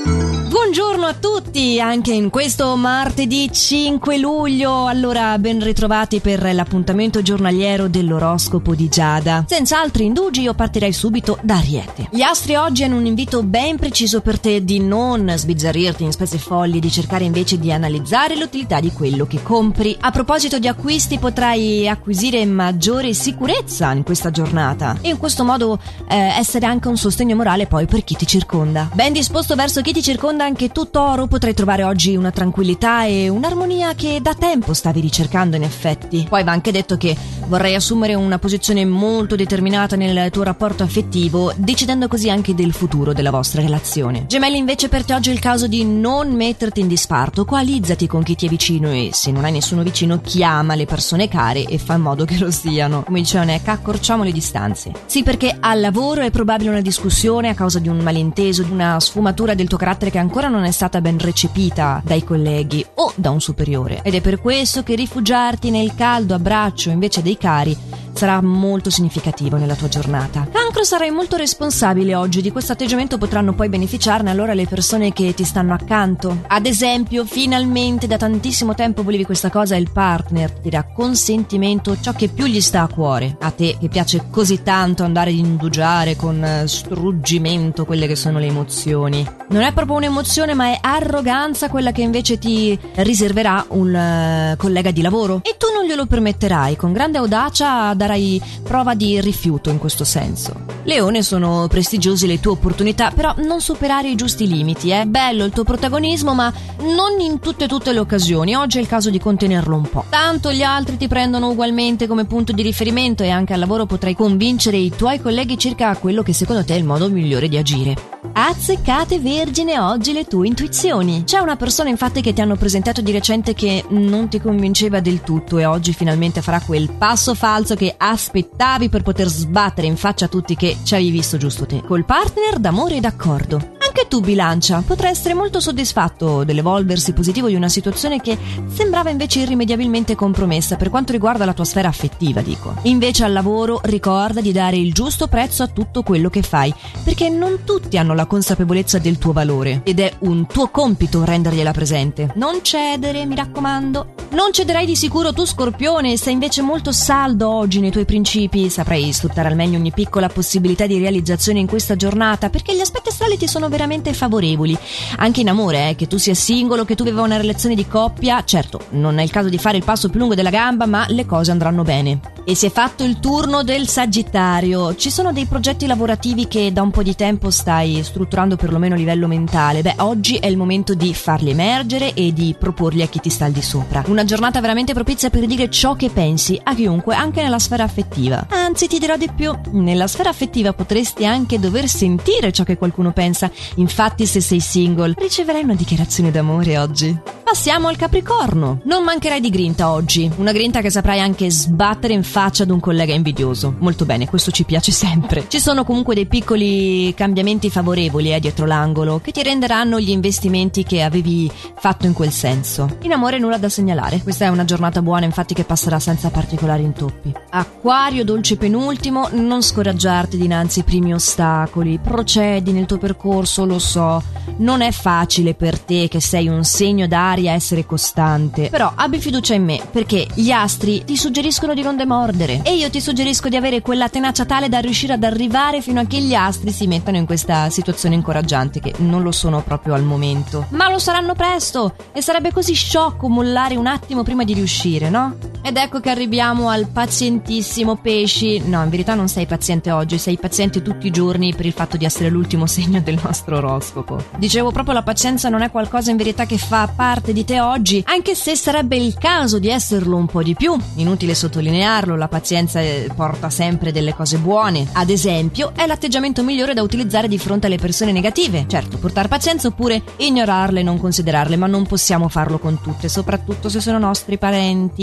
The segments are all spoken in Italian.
Buongiorno a tutti, anche in questo martedì 5 luglio. Allora, ben ritrovati per l'appuntamento giornaliero dell'oroscopo di Giada. Senza altri indugi io partirei subito da Ariete. Gli astri oggi hanno un invito ben preciso per te di non sbizzarrirti in spese folli, di cercare invece di analizzare l'utilità di quello che compri. A proposito di acquisti, potrai acquisire maggiore sicurezza in questa giornata e in questo modo essere anche un sostegno morale poi per chi ti circonda. Ben disposto verso chi ti circonda anche tu, Toro, potrai trovare oggi una tranquillità e un'armonia che da tempo stavi ricercando in effetti. Poi va anche detto che vorrai assumere una posizione molto determinata nel tuo rapporto affettivo, decidendo così anche del futuro della vostra relazione. Gemelli, invece, per te oggi è il caso di non metterti in disparte, coalizzati con chi ti è vicino e se non hai nessuno vicino chiama le persone care e fa in modo che lo siano. Come diceva Neca, accorciamo le distanze. Sì, perché al lavoro è probabile una discussione a causa di un malinteso, di una sfumatura del tuo carattere che ancora non è stata ben recepita dai colleghi o da un superiore, ed è per questo che rifugiarti nel caldo abbraccio invece dei cari sarà molto significativo nella tua giornata. Cancro, sarai molto responsabile oggi, di questo atteggiamento potranno poi beneficiarne allora le persone che ti stanno accanto. Ad esempio, finalmente da tantissimo tempo volevi questa cosa e il partner ti dirà con sentimento ciò che più gli sta a cuore. A te che piace così tanto andare ad indugiare con struggimento quelle che sono le emozioni. Non è proprio un'emozione, ma è arroganza quella che invece ti riserverà un collega di lavoro e tu non glielo permetterai. Con grande audacia darai prova di rifiuto in questo senso. Leone, sono prestigiose le tue opportunità, però non superare i giusti limiti. È bello il tuo protagonismo, ma non in tutte le occasioni. Oggi è il caso di contenerlo un po'. Tanto gli altri ti prendono ugualmente come punto di riferimento e anche al lavoro potrai convincere i tuoi colleghi circa quello che secondo te è il modo migliore di agire. Azzeccate, Vergine, oggi le tue intuizioni. C'è una persona infatti che ti hanno presentato di recente che non ti convinceva del tutto e oggi finalmente farà quel passo falso che aspettavi per poter sbattere in faccia a tutti che ci avevi visto giusto te. Col partner d'amore e d'accordo. Anche tu, Bilancia, potrai essere molto soddisfatto dell'evolversi positivo di una situazione che sembrava invece irrimediabilmente compromessa per quanto riguarda la tua sfera affettiva, dico. Invece al lavoro ricorda di dare il giusto prezzo a tutto quello che fai, perché non tutti hanno la consapevolezza del tuo valore ed è un tuo compito rendergliela presente. Non cedere, mi raccomando. Non cederai di sicuro tu, Scorpione, sei invece molto saldo oggi nei tuoi principi, saprai sfruttare al meglio ogni piccola possibilità di realizzazione in questa giornata perché gli aspetti astrali ti sono veramente favorevoli. Anche in amore, che tu sia singolo, che tu viva una relazione di coppia, certo, non è il caso di fare il passo più lungo della gamba, ma le cose andranno bene. E si è fatto il turno del Sagittario. Ci sono dei progetti lavorativi che da un po' di tempo stai strutturando perlomeno a livello mentale. Oggi è il momento di farli emergere e di proporli a chi ti sta al di sopra. Una giornata veramente propizia per dire ciò che pensi a chiunque, anche nella sfera affettiva. Anzi, ti dirò di più, nella sfera affettiva potresti anche dover sentire ciò che qualcuno pensa. Infatti, se sei single, riceverai una dichiarazione d'amore oggi. Passiamo al Capricorno. Non mancherai di grinta oggi, una grinta che saprai anche sbattere in faccia ad un collega invidioso. Molto bene, questo ci piace sempre. Ci sono comunque dei piccoli cambiamenti favorevoli dietro l'angolo che ti renderanno gli investimenti che avevi fatto in quel senso. In amore nulla da segnalare, questa è una giornata buona infatti che passerà senza particolari intoppi. Acquario, dolce penultimo, non scoraggiarti dinanzi ai primi ostacoli, procedi nel tuo percorso, lo so, non è facile per te che sei un segno d'aria essere costante, però abbi fiducia in me perché gli astri ti suggeriscono di non demordere e io ti suggerisco di avere quella tenacia tale da riuscire ad arrivare fino a che gli astri si mettano in questa situazione incoraggiante, che non lo sono proprio al momento, ma lo saranno presto e sarebbe così sciocco mollare un attimo prima di riuscire, no? Ed ecco che arriviamo al pazientissimo Pesci. No, in verità non sei paziente oggi, sei paziente tutti i giorni per il fatto di essere l'ultimo segno del nostro oroscopo. Dicevo proprio, la pazienza non è qualcosa in verità che fa parte di te oggi, anche se sarebbe il caso di esserlo un po' di più. Inutile sottolinearlo, la pazienza porta sempre delle cose buone. Ad esempio, è l'atteggiamento migliore da utilizzare di fronte alle persone negative. Certo, portare pazienza oppure ignorarle e non considerarle, ma non possiamo farlo con tutte, soprattutto se sono nostri parenti e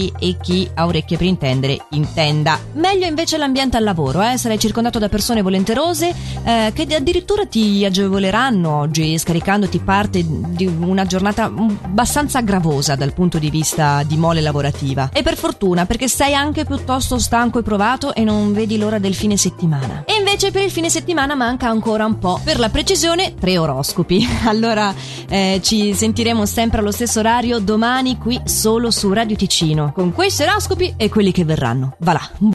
chi ha orecchie per intendere intenda. Meglio invece l'ambiente al lavoro, sarai circondato da persone volenterose che addirittura ti agevoleranno oggi scaricandoti parte di una giornata abbastanza gravosa dal punto di vista di mole lavorativa. E per fortuna, perché sei anche piuttosto stanco e provato e non vedi l'ora del fine settimana. E invece per il fine settimana manca ancora un po', per la precisione 3 oroscopi. Allora ci sentiremo sempre allo stesso orario domani qui solo su Radio Ticino con questi oroscopi e quelli che verranno. Va là.